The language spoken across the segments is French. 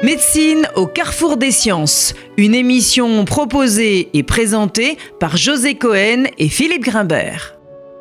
Médecine au carrefour des sciences, une émission proposée et présentée par José Cohen et Philippe Grimbert.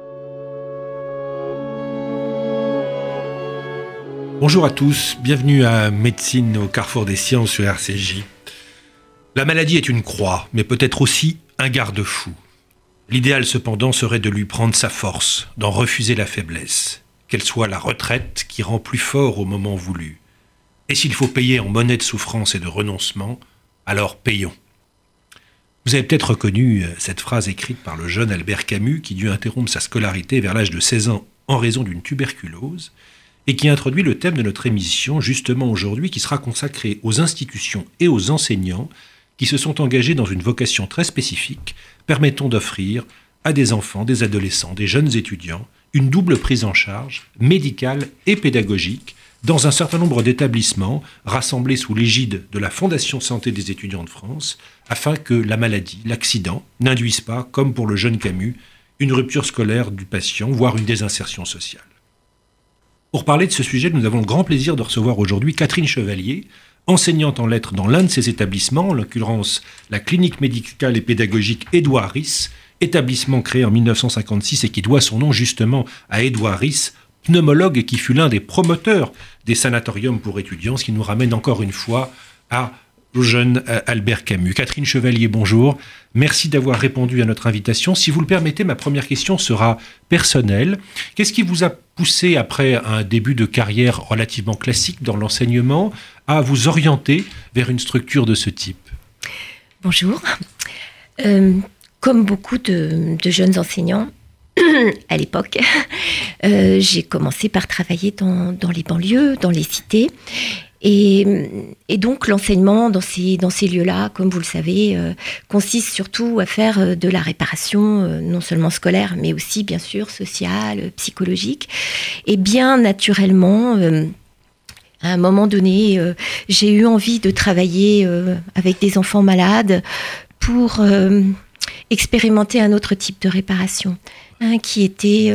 Bonjour à tous, bienvenue à Médecine au carrefour des sciences sur RCJ. La maladie est une croix, mais peut-être aussi un garde-fou. L'idéal cependant serait de lui prendre sa force, d'en refuser la faiblesse, qu'elle soit la retraite qui rend plus fort au moment voulu. Et s'il faut payer en monnaie de souffrance et de renoncement, alors payons. Vous avez peut-être reconnu cette phrase écrite par le jeune Albert Camus qui dut interrompre sa scolarité vers l'âge de 16 ans en raison d'une tuberculose et qui introduit le thème de notre émission justement aujourd'hui qui sera consacré aux institutions et aux enseignants qui se sont engagés dans une vocation très spécifique permettant d'offrir à des enfants, des adolescents, des jeunes étudiants une double prise en charge médicale et pédagogique dans un certain nombre d'établissements rassemblés sous l'égide de la Fondation Santé des étudiants de France, afin que la maladie, l'accident, n'induisent pas, comme pour le jeune Camus, une rupture scolaire du patient, voire une désinsertion sociale. Pour parler de ce sujet, nous avons le grand plaisir de recevoir aujourd'hui Catherine Chevalier, enseignante en lettres dans l'un de ces établissements, en l'occurrence la clinique médicale et pédagogique Édouard Riss, établissement créé en 1956 et qui doit son nom justement à Édouard Riss, pneumologue qui fut l'un des promoteurs des sanatoriums pour étudiants, ce qui nous ramène encore une fois au jeune Albert Camus. Catherine Chevalier, bonjour. Merci d'avoir répondu à notre invitation. Si vous le permettez, ma première question sera personnelle. Qu'est-ce qui vous a poussé, après un début de carrière relativement classique dans l'enseignement, à vous orienter vers une structure de ce type ? Bonjour. Comme beaucoup de jeunes enseignants, à l'époque, j'ai commencé par travailler dans les banlieues, dans les cités. Et donc l'enseignement dans ces lieux-là, comme vous le savez, consiste surtout à faire de la réparation, non seulement scolaire, mais aussi bien sûr sociale, psychologique. Et bien naturellement, à un moment donné, j'ai eu envie de travailler avec des enfants malades pour expérimenter un autre type de réparation, qui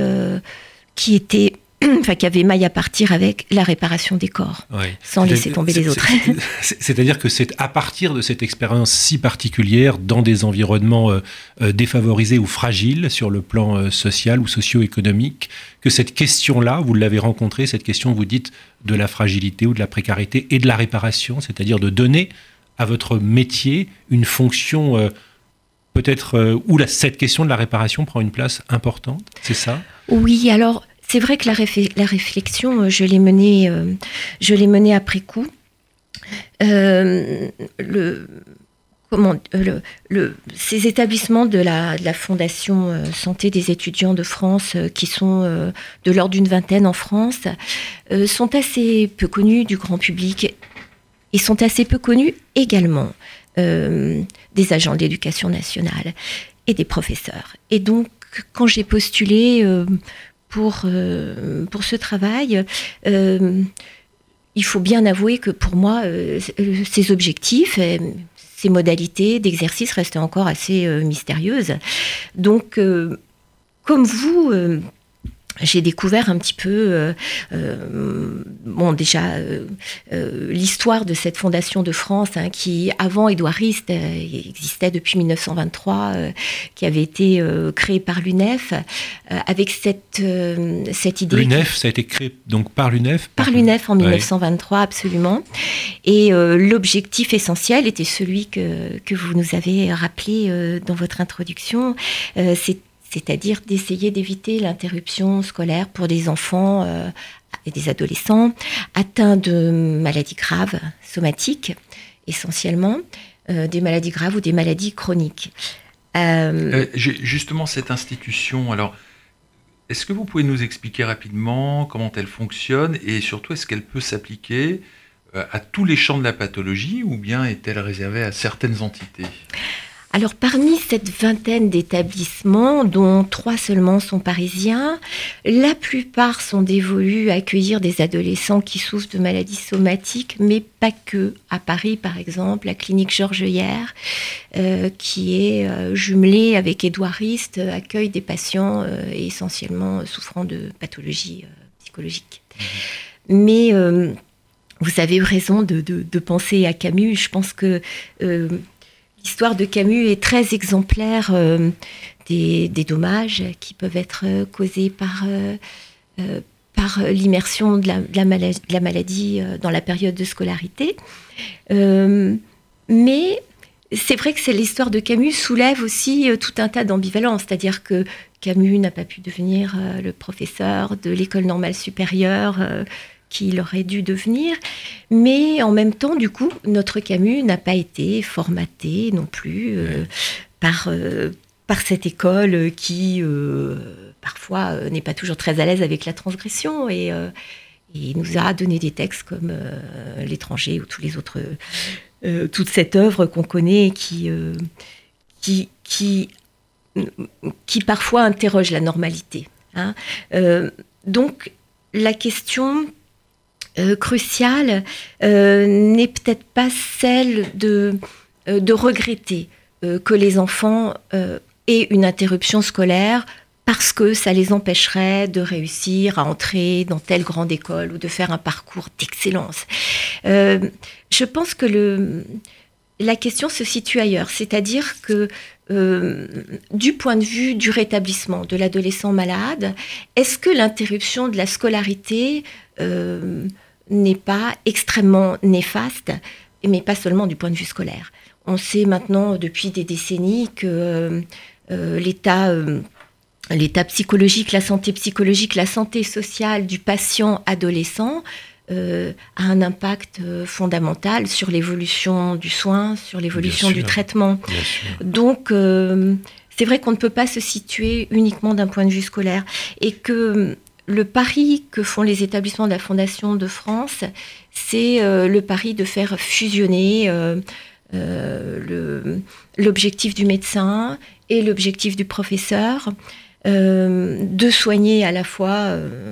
avait maille à partir avec la réparation des corps, sans laisser tomber les autres. C'est-à-dire que c'est à partir de cette expérience si particulière, dans des environnements défavorisés ou fragiles sur le plan social ou socio-économique, que cette question-là, vous l'avez rencontrée, cette question, vous dites, de la fragilité ou de la précarité et de la réparation, c'est-à-dire de donner à votre métier une fonction peut-être où cette question de la réparation prend une place importante, c'est ça ? Oui, alors c'est vrai que la réflexion, je l'ai menée après coup. Ces établissements de la Fondation Santé des étudiants de France, qui sont de l'ordre d'une vingtaine en France, sont assez peu connus du grand public et sont assez peu connus également des agents de l'éducation nationale et des professeurs. Et donc, quand j'ai postulé pour ce travail, il faut bien avouer que pour moi, ces objectifs, ces modalités d'exercice restaient encore assez mystérieuses. Donc, comme vous, j'ai découvert un petit peu, l'histoire de cette fondation de France, qui, avant Édouard Riss, existait depuis 1923, qui avait été créée par l'UNEF, avec cette idée. L'UNEF, ça a été créé donc par l'UNEF ? Par l'UNEF en 1923, absolument. Et l'objectif essentiel était celui que vous nous avez rappelé dans votre introduction, c'est-à-dire d'essayer d'éviter l'interruption scolaire pour des enfants et des adolescents atteints de maladies graves, somatiques, essentiellement, des maladies graves ou des maladies chroniques. Justement, cette institution, alors, est-ce que vous pouvez nous expliquer rapidement comment elle fonctionne et surtout, est-ce qu'elle peut s'appliquer à tous les champs de la pathologie ou bien est-elle réservée à certaines entités ? Alors, parmi cette vingtaine d'établissements, dont 3 seulement sont parisiens, la plupart sont dévolus à accueillir des adolescents qui souffrent de maladies somatiques, mais pas que. À Paris, par exemple, la clinique Georges Heuillère, qui est jumelée avec Édouard Riss, accueille des patients essentiellement souffrant de pathologies psychologiques. Mais vous avez eu raison de penser à Camus. Je pense que l'histoire de Camus est très exemplaire des dommages qui peuvent être causés par l'immersion de la maladie dans la période de scolarité. Mais c'est vrai que l'histoire de Camus soulève aussi tout un tas d'ambivalences, c'est-à-dire que Camus n'a pas pu devenir le professeur de l'école normale supérieure qu'il aurait dû devenir, mais en même temps, du coup, notre Camus n'a pas été formaté non plus par cette école qui, parfois, n'est pas toujours très à l'aise avec la transgression et nous a donné des textes comme L'étranger ou tous les autres, toute cette œuvre qu'on connaît qui parfois interroge la normalité. Hein. Donc, la question cruciale n'est peut-être pas celle de regretter que les enfants aient une interruption scolaire parce que ça les empêcherait de réussir à entrer dans telle grande école ou de faire un parcours d'excellence. Je pense que la question se situe ailleurs, c'est-à-dire que du point de vue du rétablissement de l'adolescent malade, est-ce que l'interruption de la scolarité n'est pas extrêmement néfaste, mais pas seulement du point de vue scolaire. On sait maintenant depuis des décennies que l'état psychologique, la santé psychologique, la santé sociale du patient adolescent a un impact fondamental sur l'évolution du soin, sur l'évolution du traitement. Donc, c'est vrai qu'on ne peut pas se situer uniquement d'un point de vue scolaire et que le pari que font les établissements de la Fondation de France, c'est le pari de faire fusionner l'objectif du médecin et l'objectif du professeur, de soigner à la fois...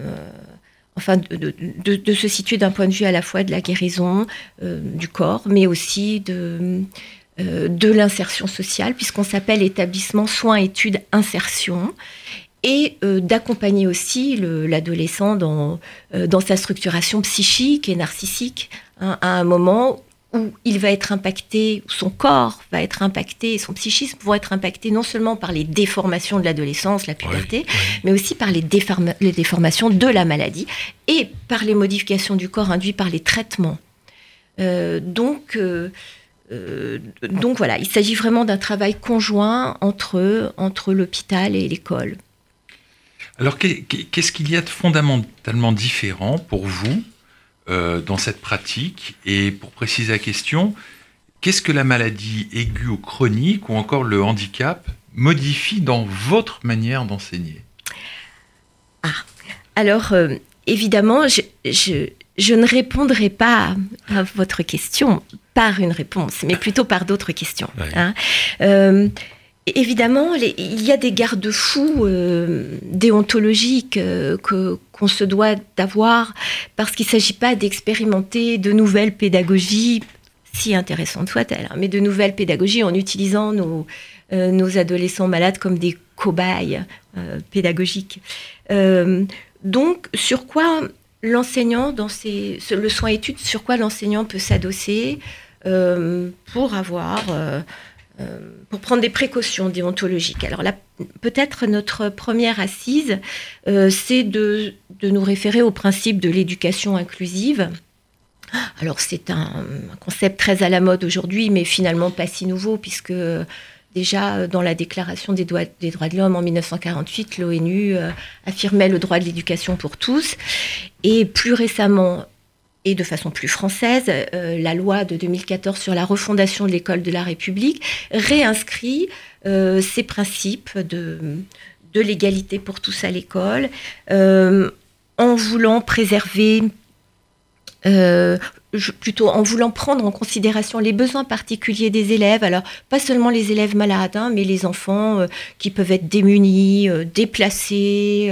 de se situer d'un point de vue à la fois de la guérison du corps, mais aussi de l'insertion sociale, puisqu'on s'appelle établissement soins, études, insertion, et d'accompagner aussi l'adolescent dans sa structuration psychique et narcissique, hein, à un moment où il va être impacté, où son corps va être impacté, son psychisme va être impacté non seulement par les déformations de l'adolescence, la puberté, mais aussi par les déformations de la maladie et par les modifications du corps induites par les traitements. Donc voilà, il s'agit vraiment d'un travail conjoint entre l'hôpital et l'école. Alors, qu'est-ce qu'il y a de fondamentalement différent pour vous dans cette pratique? Et pour préciser la question, qu'est-ce que la maladie aiguë ou chronique ou encore le handicap modifie dans votre manière d'enseigner? Alors, évidemment, je ne répondrai pas à votre question par une réponse, mais plutôt par d'autres questions. Ouais. Hein. Évidemment, il y a des garde-fous déontologiques qu'on se doit d'avoir parce qu'il ne s'agit pas d'expérimenter de nouvelles pédagogies, si intéressantes soient-elles, hein, mais de nouvelles pédagogies en utilisant nos adolescents malades comme des cobayes pédagogiques. Donc, sur quoi l'enseignant, le soin-études, sur quoi l'enseignant peut s'adosser pour prendre des précautions déontologiques. Alors là, peut-être notre première assise, c'est de nous référer au principe de l'éducation inclusive. Alors c'est un concept très à la mode aujourd'hui, mais finalement pas si nouveau, puisque déjà dans la Déclaration des droits de l'homme en 1948, l'ONU affirmait le droit de l'éducation pour tous. Et plus récemment, et de façon plus française, la loi de 2014 sur la refondation de l'école de la République réinscrit ces principes de l'égalité pour tous à l'école, en voulant préserver, en voulant prendre en considération les besoins particuliers des élèves, alors pas seulement les élèves malades, hein, mais les enfants qui peuvent être démunis, déplacés,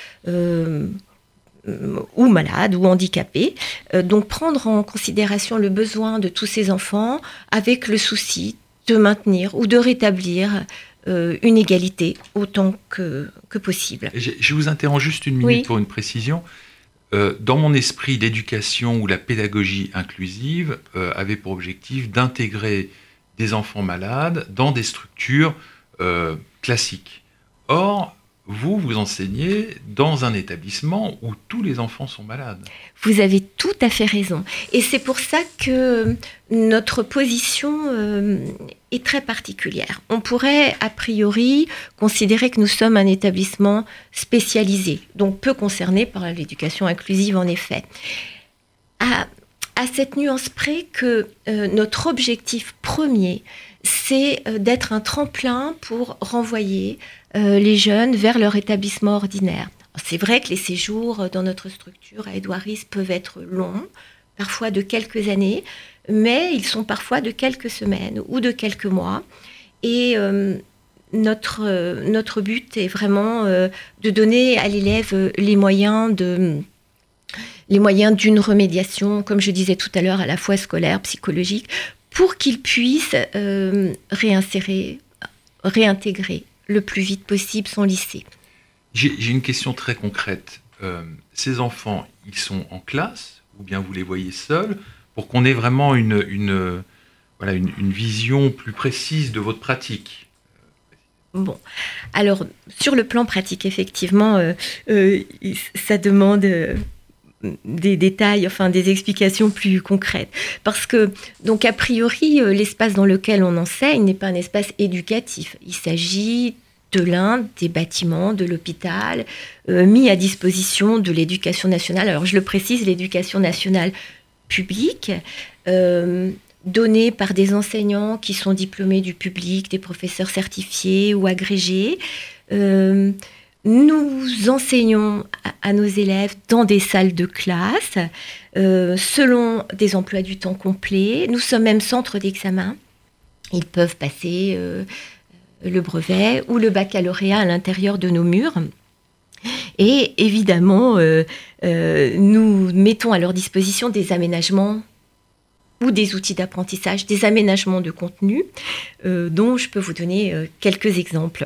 ou malades ou handicapés. Donc prendre en considération le besoin de tous ces enfants avec le souci de maintenir ou de rétablir une égalité autant que possible. Je vous interromps juste une minute pour une précision. Dans mon esprit, l'éducation ou la pédagogie inclusive avait pour objectif d'intégrer des enfants malades dans des structures classiques. Or, vous enseignez dans un établissement où tous les enfants sont malades. Vous avez tout à fait raison. Et c'est pour ça que notre position est très particulière. On pourrait, a priori, considérer que nous sommes un établissement spécialisé, donc peu concerné par l'éducation inclusive, en effet. À cette nuance près que notre objectif premier, c'est d'être un tremplin pour renvoyer les jeunes vers leur établissement ordinaire. C'est vrai que les séjours dans notre structure à Édouard-Ries peuvent être longs, parfois de quelques années, mais ils sont parfois de quelques semaines ou de quelques mois. Et notre but est vraiment de donner à l'élève les moyens d'une remédiation, comme je disais tout à l'heure, à la fois scolaire, psychologique, pour qu'il puisse réintégrer le plus vite possible son lycée. J'ai une question très concrète. Ces enfants, ils sont en classe ou bien vous les voyez seuls pour qu'on ait vraiment une vision plus précise de votre pratique? Bon, alors sur le plan pratique, effectivement, ça demande des détails, enfin des explications plus concrètes. Parce que, donc a priori, l'espace dans lequel on enseigne n'est pas un espace éducatif. Il s'agit de l'un des bâtiments de l'hôpital mis à disposition de l'éducation nationale. Alors je le précise, l'éducation nationale publique, donnée par des enseignants qui sont diplômés du public, des professeurs certifiés ou agrégés. Nous enseignons à nos élèves dans des salles de classe, selon des emplois du temps complets. Nous sommes même centre d'examen. Ils peuvent passer le brevet ou le baccalauréat à l'intérieur de nos murs. Et évidemment, nous mettons à leur disposition des aménagements ou des outils d'apprentissage, des aménagements de contenu, dont je peux vous donner quelques exemples.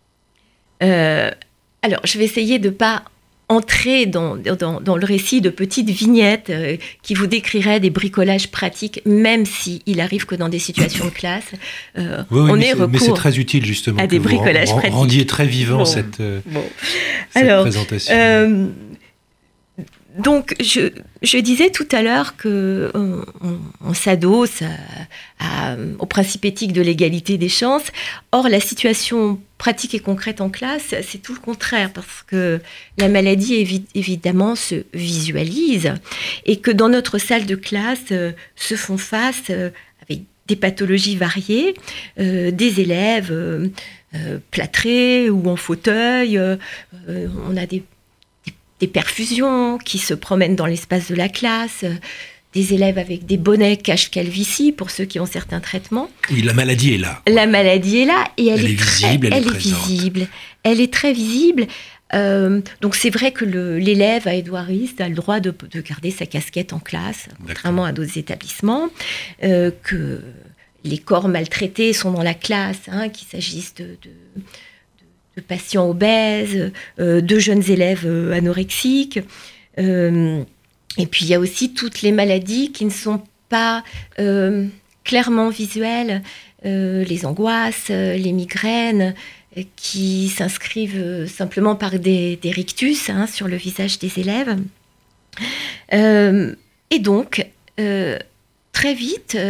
Alors, je vais essayer de ne pas entrer dans le récit de petites vignettes qui vous décriraient des bricolages pratiques, même s'il arrive que dans des situations de classe, on ait recours mais c'est très utile justement à des bricolages pratiques. Rendiez très vivant cette présentation. Donc, je disais tout à l'heure qu'on s'adosse au principe éthique de l'égalité des chances. Or, la situation pratique et concrète en classe, c'est tout le contraire, parce que la maladie, évidemment, se visualise et que dans notre salle de classe se font face, avec des pathologies variées, des élèves plâtrés ou en fauteuil. On a des perfusions qui se promènent dans l'espace de la classe, des élèves avec des bonnets cache-calvitie pour ceux qui ont certains traitements. Oui, la maladie est là. La maladie est là et elle est visible, elle est visible. Elle est très visible. Donc c'est vrai que l'élève à Édouard-Ries a le droit de garder sa casquette en classe, contrairement à d'autres établissements, que les corps maltraités sont dans la classe, qu'il s'agisse de patients obèses, de jeunes élèves anorexiques. Et puis, il y a aussi toutes les maladies qui ne sont pas clairement visuelles, les angoisses, les migraines, qui s'inscrivent simplement par des rictus sur le visage des élèves. Et donc, très vite,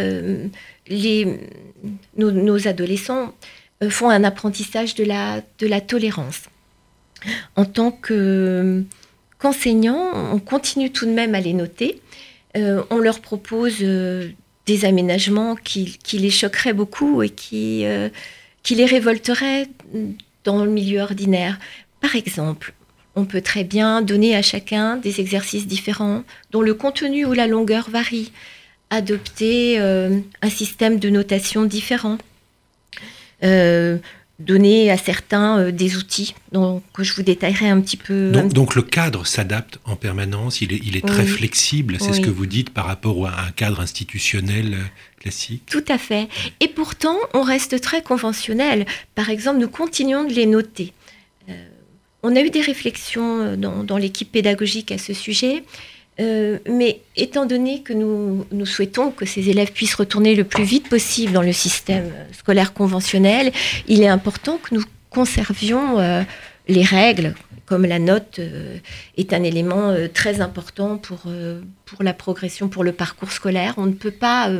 nos adolescents font un apprentissage de la tolérance. En tant qu'enseignants, on continue tout de même à les noter. On leur propose des aménagements qui les choqueraient beaucoup et qui les révolteraient dans le milieu ordinaire. Par exemple, on peut très bien donner à chacun des exercices différents dont le contenu ou la longueur varie, adopter un système de notation différent. Donner à certains des outils que je vous détaillerai un petit peu. Donc le cadre s'adapte en permanence, il est très flexible, c'est ce que vous dites par rapport à un cadre institutionnel classique. Tout à fait. Et pourtant, on reste très conventionnel. Par exemple, nous continuons de les noter. On a eu des réflexions dans l'équipe pédagogique à ce sujet, mais étant donné que nous souhaitons que ces élèves puissent retourner le plus vite possible dans le système scolaire conventionnel, il est important que nous conservions les règles, comme la note est un élément très important pour la progression, pour le parcours scolaire. On ne peut pas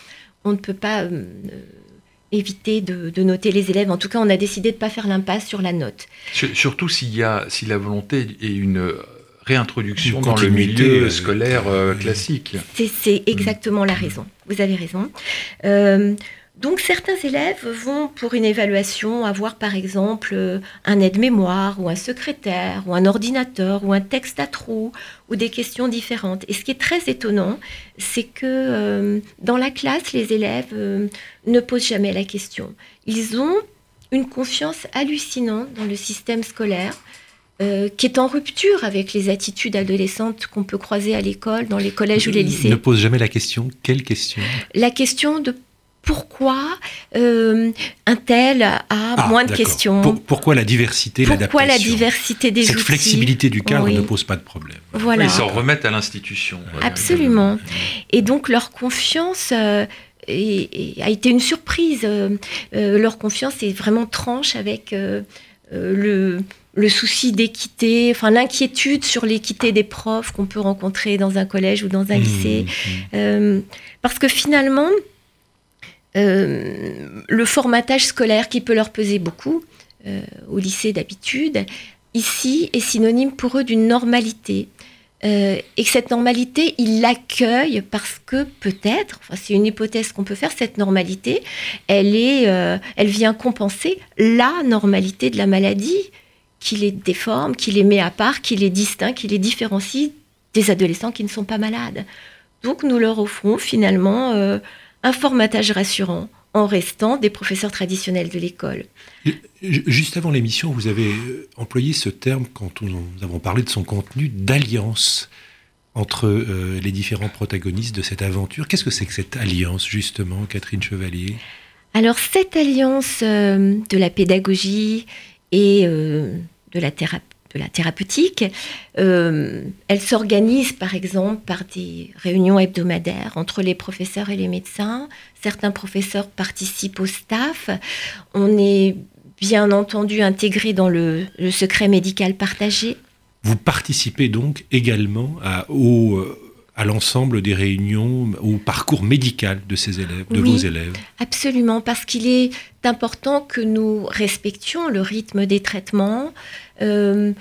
éviter de noter les élèves. En tout cas, on a décidé de ne pas faire l'impasse sur la note. Surtout si la volonté est une réintroduction dans le milieu scolaire classique. C'est exactement la raison. Vous avez raison. Donc, certains élèves vont, pour une évaluation, avoir par exemple un aide-mémoire ou un secrétaire ou un ordinateur ou un texte à trous ou des questions différentes. Et ce qui est très étonnant, c'est que dans la classe, les élèves ne posent jamais la question. Ils ont une confiance hallucinante dans le système scolaire qui est en rupture avec les attitudes adolescentes qu'on peut croiser à l'école, dans les collèges ou les lycées. Ne pose jamais la question. Quelle question ? La question de pourquoi un tel a moins de questions. Pourquoi la diversité, l'adaptation ? Pourquoi la diversité des outils ? Cette flexibilité du cadre ne pose pas de problème. Voilà. Ils s'en remettent à l'institution. Voilà. Absolument. Et donc leur confiance a été une surprise. Leur confiance est vraiment tranche avec le souci d'équité, enfin l'inquiétude sur l'équité des profs qu'on peut rencontrer dans un collège ou dans un lycée. Parce que finalement, le formatage scolaire qui peut leur peser beaucoup au lycée d'habitude, ici est synonyme pour eux d'une normalité. Et que cette normalité, ils l'accueillent parce que peut-être, enfin c'est une hypothèse qu'on peut faire, cette normalité, elle vient compenser la normalité de la maladie qui les déforme, qui les met à part, qui les distingue, qui les différencie des adolescents qui ne sont pas malades. Donc nous leur offrons finalement un formatage rassurant en restant des professeurs traditionnels de l'école. Juste avant l'émission, vous avez employé ce terme, quand nous avons parlé de son contenu, d'alliance entre les différents protagonistes de cette aventure. Qu'est-ce que c'est que cette alliance, justement, Catherine Chevalier ? Alors, cette alliance de la pédagogie et de la thérapeutique, elle s'organise par exemple par des réunions hebdomadaires entre les professeurs et les médecins. Certains professeurs participent au staff. On est bien entendu intégré dans le secret médical partagé. Vous participez donc également à l'ensemble des réunions, au parcours médical de ces élèves, de vos élèves. Absolument, parce qu'il est important que nous respections le rythme des traitements. On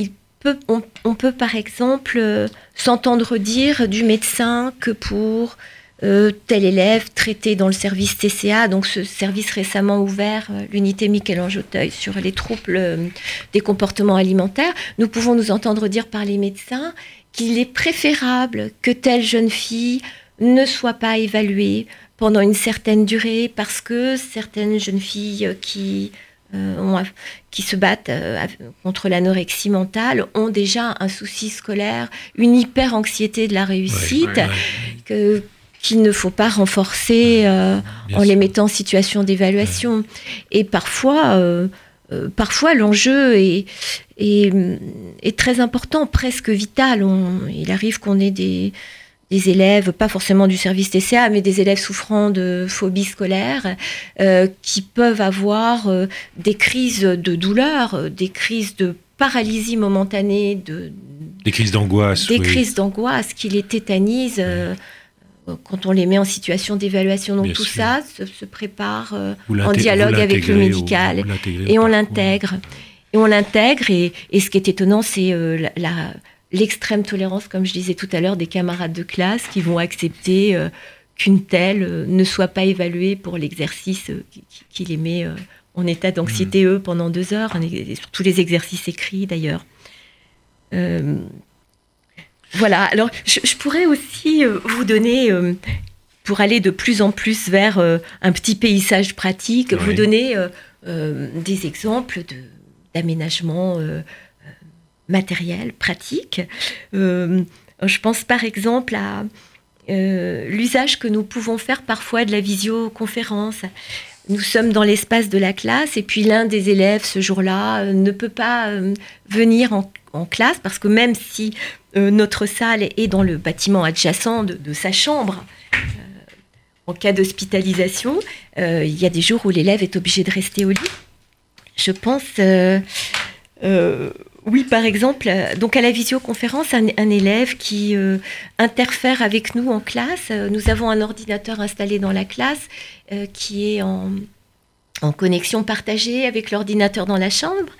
peut par exemple s'entendre dire du médecin que pour tel élève traité dans le service TCA, donc ce service récemment ouvert, l'unité Michel-Ange Auteuil sur les troubles des comportements alimentaires, nous pouvons nous entendre dire par les médecins qu'il est préférable que telle jeune fille ne soit pas évaluée pendant une certaine durée parce que certaines jeunes filles qui se battent contre l'anorexie mentale ont déjà un souci scolaire, une hyper-anxiété de la réussite qu'il ne faut pas renforcer en les mettant en situation d'évaluation. Et parfois l'enjeu est très important, presque vital. Il arrive qu'on ait des élèves, pas forcément du service TCA, mais des élèves souffrant de phobie scolaire, qui peuvent avoir des crises de douleur, des crises de paralysie momentanée, des crises d'angoisse. Crises d'angoisse qui les tétanisent quand on les met en situation d'évaluation. Donc tout ça se prépare en dialogue avec le médical. Et on l'intègre. Et ce qui est étonnant, c'est l'extrême tolérance, comme je disais tout à l'heure, des camarades de classe qui vont accepter qu'une telle ne soit pas évaluée pour l'exercice qui les met en état d'anxiété, pendant 2 heures, tous les exercices écrits d'ailleurs. Voilà, alors je pourrais aussi vous donner, pour aller de plus en plus vers un petit paysage pratique, vous donner des exemples d'aménagement matériel, pratique. Je pense par exemple à l'usage que nous pouvons faire parfois de la visioconférence. nous sommes dans l'espace de la classe et puis l'un des élèves ce jour-là ne peut pas venir en classe parce que même si notre salle est dans le bâtiment adjacent de sa chambre, en cas d'hospitalisation, il y a des jours où l'élève est obligé de rester au lit. Je pense, oui, par exemple, donc à la visioconférence, un élève qui interfère avec nous en classe. Nous avons un ordinateur installé dans la classe qui est en connexion partagée avec l'ordinateur dans la chambre.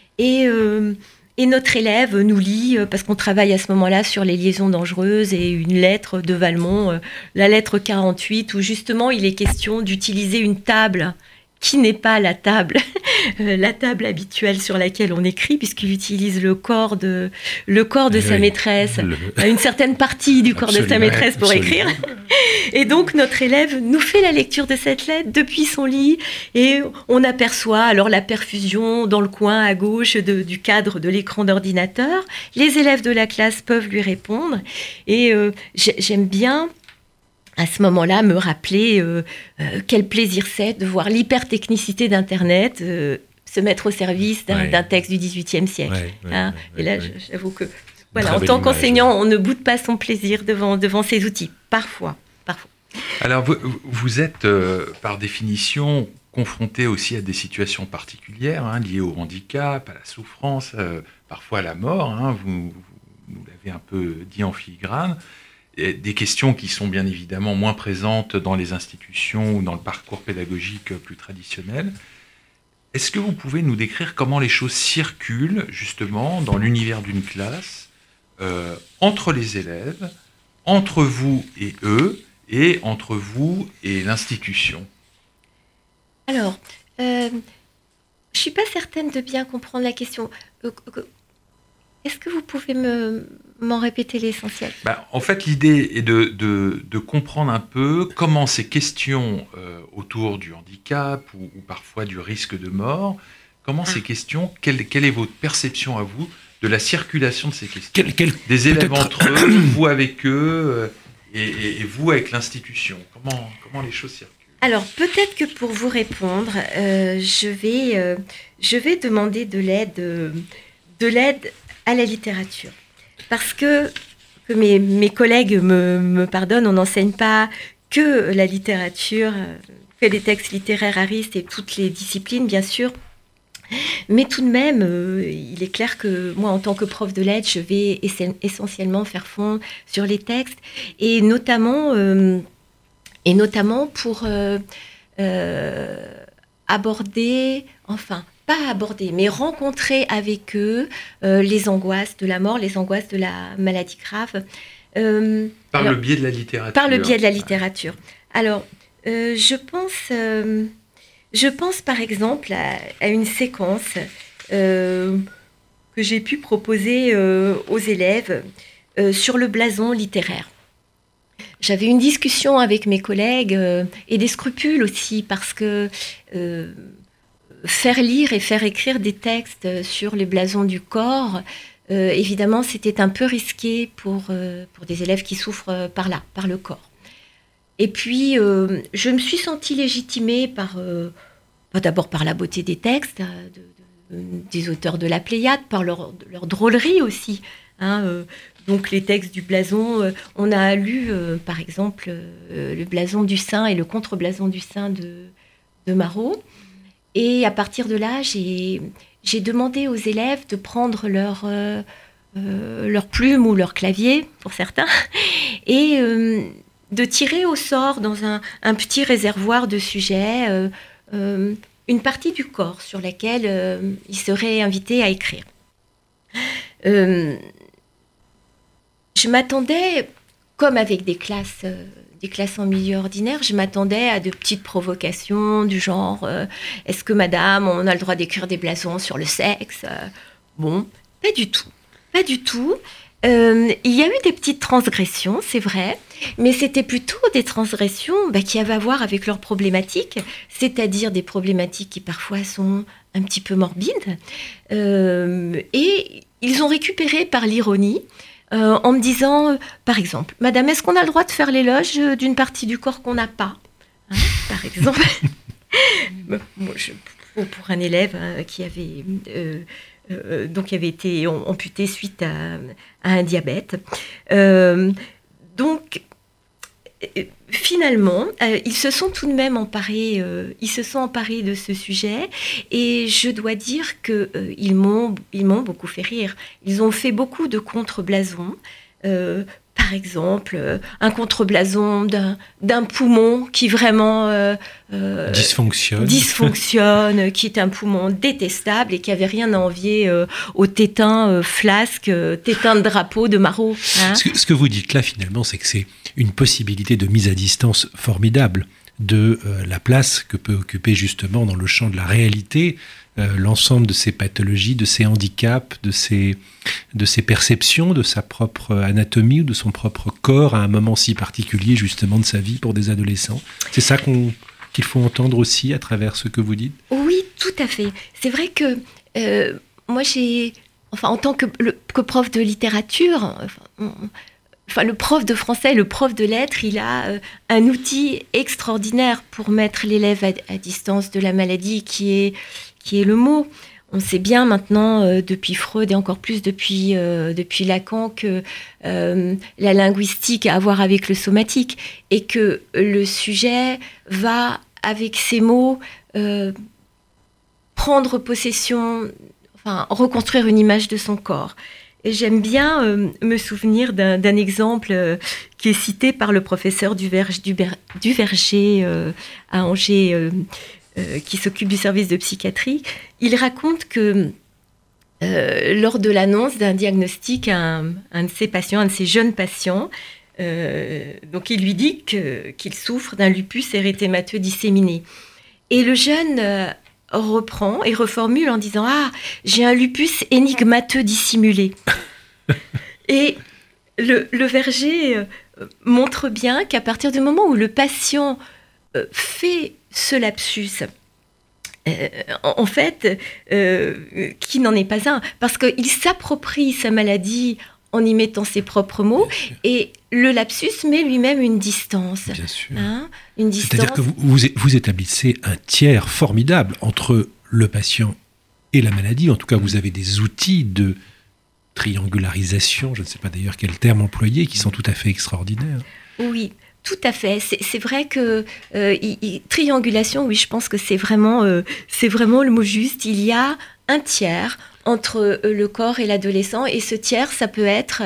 Et notre élève nous lit, parce qu'on travaille à ce moment-là sur les liaisons dangereuses, et une lettre de Valmont, la lettre 48, où justement il est question d'utiliser une table qui n'est pas la table habituelle sur laquelle on écrit, puisqu'il utilise le corps de sa maîtresse, une certaine partie du corps de sa maîtresse pour écrire. Et donc notre élève nous fait la lecture de cette lettre depuis son lit, et on aperçoit alors la perfusion dans le coin à gauche du cadre de l'écran d'ordinateur. Les élèves de la classe peuvent lui répondre, et j'aime bien à ce moment-là me rappeler quel plaisir c'est de voir l'hypertechnicité d'Internet se mettre au service d'un texte du XVIIIe siècle. Et là, j'avoue que voilà, en tant qu'enseignant, on ne boude pas son plaisir devant ces outils, parfois. Alors, vous êtes, par définition, confronté aussi à des situations particulières, liées au handicap, à la souffrance, parfois à la mort. Vous l'avez un peu dit en filigrane. Des questions qui sont bien évidemment moins présentes dans les institutions ou dans le parcours pédagogique plus traditionnel. Est-ce que vous pouvez nous décrire comment les choses circulent justement dans l'univers d'une classe, entre les élèves, entre vous et eux, et entre vous et l'institution? Alors, je ne suis pas certaine de bien comprendre la question. Est-ce que vous pouvez m'en répéter l'essentiel ? En fait, l'idée est de comprendre un peu comment ces questions autour du handicap ou parfois du risque de mort, ces questions, quelle est votre perception à vous de la circulation de ces questions des élèves entre eux, vous avec eux et vous avec l'institution. Comment les choses circulent ? Alors, peut-être que pour vous répondre, je vais demander de l'aide à la littérature. Parce que mes collègues me pardonnent, on n'enseigne pas que la littérature, que les textes littéraires aristes et toutes les disciplines, bien sûr. Mais tout de même, il est clair que moi, en tant que prof de lettres, je vais essentiellement faire fond sur les textes, et notamment pour aborder, pas aborder, mais rencontrer avec eux les angoisses de la mort, les angoisses de la maladie grave. Le biais de la littérature. Par le biais de la littérature. Alors, je pense par exemple à une séquence que j'ai pu proposer aux élèves sur le blason littéraire. J'avais une discussion avec mes collègues et des scrupules aussi, parce que faire lire et faire écrire des textes sur les blasons du corps, évidemment, c'était un peu risqué pour des élèves qui souffrent par le corps. Et puis, je me suis sentie légitimée d'abord par la beauté des textes, des auteurs de la Pléiade, par leur drôlerie aussi. Donc, les textes du blason, on a lu, par exemple, le blason du saint et le contre-blason du saint de Marot. Et à partir de là, j'ai demandé aux élèves de prendre leur plume ou leur clavier, pour certains, et de tirer au sort dans un petit réservoir de sujets une partie du corps sur laquelle ils seraient invités à écrire. Je m'attendais, comme avec des classes en milieu ordinaire, je m'attendais à de petites provocations du genre est-ce que madame, on a le droit d'écrire des blasons sur le sexe ? Bon, pas du tout. Il y a eu des petites transgressions, c'est vrai, mais c'était plutôt des transgressions qui avaient à voir avec leurs problématiques, c'est-à-dire des problématiques qui parfois sont un petit peu morbides. Et ils ont récupéré par l'ironie, en me disant, par exemple, madame, est-ce qu'on a le droit de faire l'éloge d'une partie du corps qu'on n'a pas ? Par exemple. Pour un élève qui avait été amputé suite à un diabète. Finalement, ils se sont tout de même emparés de ce sujet, et je dois dire qu'ils m'ont beaucoup fait rire. Ils ont fait beaucoup de contre-blasons. Par exemple, un contre-blason d'un poumon qui vraiment dysfonctionne, qui est un poumon détestable et qui n'avait rien à envier au tétin flasque, tétin de drapeau de Marot. Hein. Ce que vous dites là, finalement, c'est que c'est une possibilité de mise à distance formidable de la place que peut occuper justement dans le champ de la réalité l'ensemble de ces pathologies, de ces handicaps, de ces perceptions, de sa propre anatomie ou de son propre corps à un moment si particulier justement de sa vie pour des adolescents. C'est ça qu'il faut entendre aussi à travers ce que vous dites ? Oui, tout à fait. C'est vrai que moi en tant que prof de littérature, le prof de français, le prof de lettres, il a un outil extraordinaire pour mettre l'élève à distance de la maladie qui est le mot. On sait bien maintenant, depuis Freud et encore plus depuis Lacan, que la linguistique a à voir avec le somatique et que le sujet va, avec ses mots, prendre possession, reconstruire une image de son corps. Et j'aime bien me souvenir d'un exemple qui est cité par le professeur Duverger à Angers, qui s'occupe du service de psychiatrie. Il raconte que lors de l'annonce d'un diagnostic à un de ses patients, un de ses jeunes patients, donc il lui dit qu'il souffre d'un lupus érythémateux disséminé. Et le jeune reprend et reformule en disant « Ah, j'ai un lupus énigmateux dissimulé ». Et le Verger montre bien qu'à partir du moment où le patient fait ce lapsus, en fait, qui n'en est pas un, parce qu'il s'approprie sa maladie en y mettant ses propres mots, et le lapsus met lui-même une distance. Bien sûr. Une distance. C'est-à-dire que vous établissez un tiers formidable entre le patient et la maladie. En tout cas, vous avez des outils de triangularisation, je ne sais pas d'ailleurs quel terme employer, qui sont tout à fait extraordinaires. Oui. Tout à fait. C'est vrai que triangulation, oui, je pense que c'est vraiment le mot juste. Il y a un tiers entre le corps et l'adolescent, et ce tiers, ça peut être,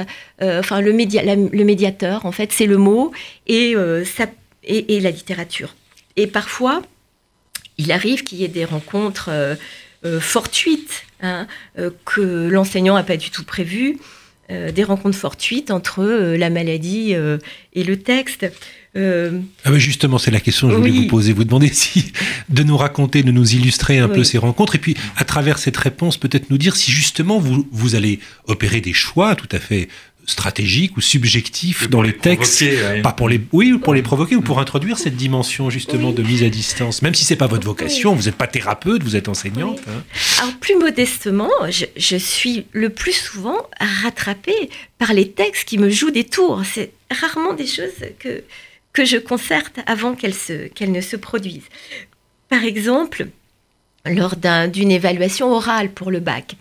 le médiateur. En fait, c'est le mot et la littérature. Et parfois, il arrive qu'il y ait des rencontres fortuites, que l'enseignant n'a pas du tout prévues. Des rencontres fortuites entre la maladie et le texte. Justement, c'est la question que je voulais vous poser. Vous demander de nous raconter, de nous illustrer un peu ces rencontres, et puis à travers cette réponse, peut-être nous dire si justement vous allez opérer des choix tout à fait stratégiques ou subjectifs dans les textes, pas pour les provoquer ou pour introduire cette dimension justement de mise à distance, même si c'est pas votre vocation, vous n'êtes pas thérapeute, vous êtes enseignante. Oui. Alors plus modestement, je suis le plus souvent rattrapée par les textes qui me jouent des tours. C'est rarement des choses que je concerte avant qu'elles ne se produisent. Par exemple, lors d'une évaluation orale pour le bac,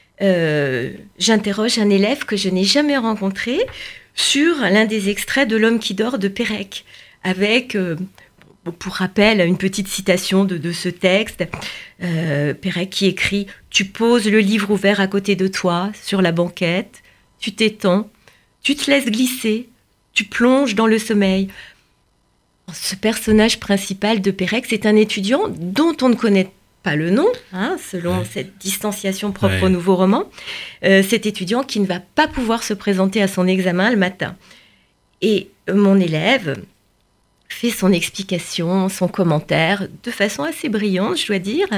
j'interroge un élève que je n'ai jamais rencontré sur l'un des extraits de L'homme qui dort de Pérec, avec, pour rappel, une petite citation de ce texte. Pérec qui écrit « Tu poses le livre ouvert à côté de toi, sur la banquette, tu t'étends, tu te laisses glisser, tu plonges dans le sommeil ». Ce personnage principal de Pérec, c'est un étudiant dont on ne connaît pas le nom, selon cette distanciation propre au nouveau roman, cet étudiant qui ne va pas pouvoir se présenter à son examen le matin. Et mon élève fait son explication, son commentaire, de façon assez brillante, je dois dire,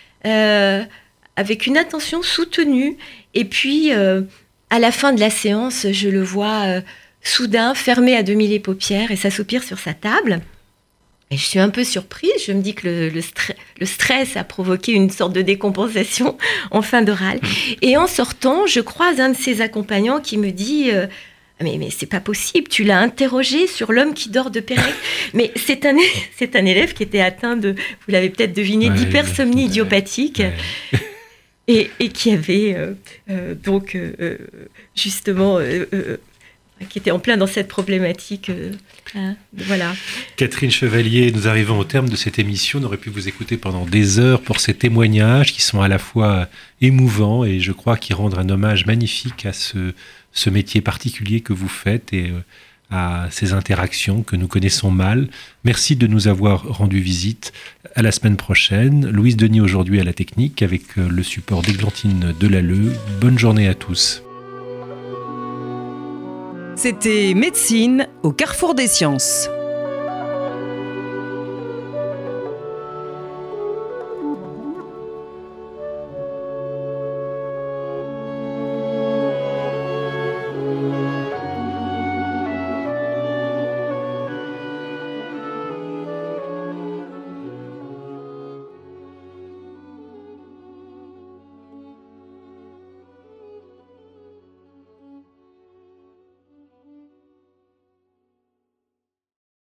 avec une attention soutenue. Et puis, à la fin de la séance, je le vois soudain fermer à demi les paupières et s'assoupir sur sa table. Et je suis un peu surprise, je me dis que le stress a provoqué une sorte de décompensation en fin d'oral. Et en sortant, je croise un de ses accompagnants qui me dit mais c'est pas possible, tu l'as interrogé sur l'homme qui dort de Pérec. Mais c'est un élève qui était atteint de, vous l'avez peut-être deviné, d'hypersomnie idiopathique. Et qui avait justement, qui était en plein dans cette problématique. Voilà. Catherine Chevalier, nous arrivons au terme de cette émission. On aurait pu vous écouter pendant des heures pour ces témoignages qui sont à la fois émouvants et je crois qui rendent un hommage magnifique à ce métier particulier que vous faites et à ces interactions que nous connaissons mal. Merci de nous avoir rendu visite. À la semaine prochaine. Louise Denis aujourd'hui à la technique avec le support d'Églantine Delalleux. Bonne journée à tous. C'était Médecine au carrefour des sciences.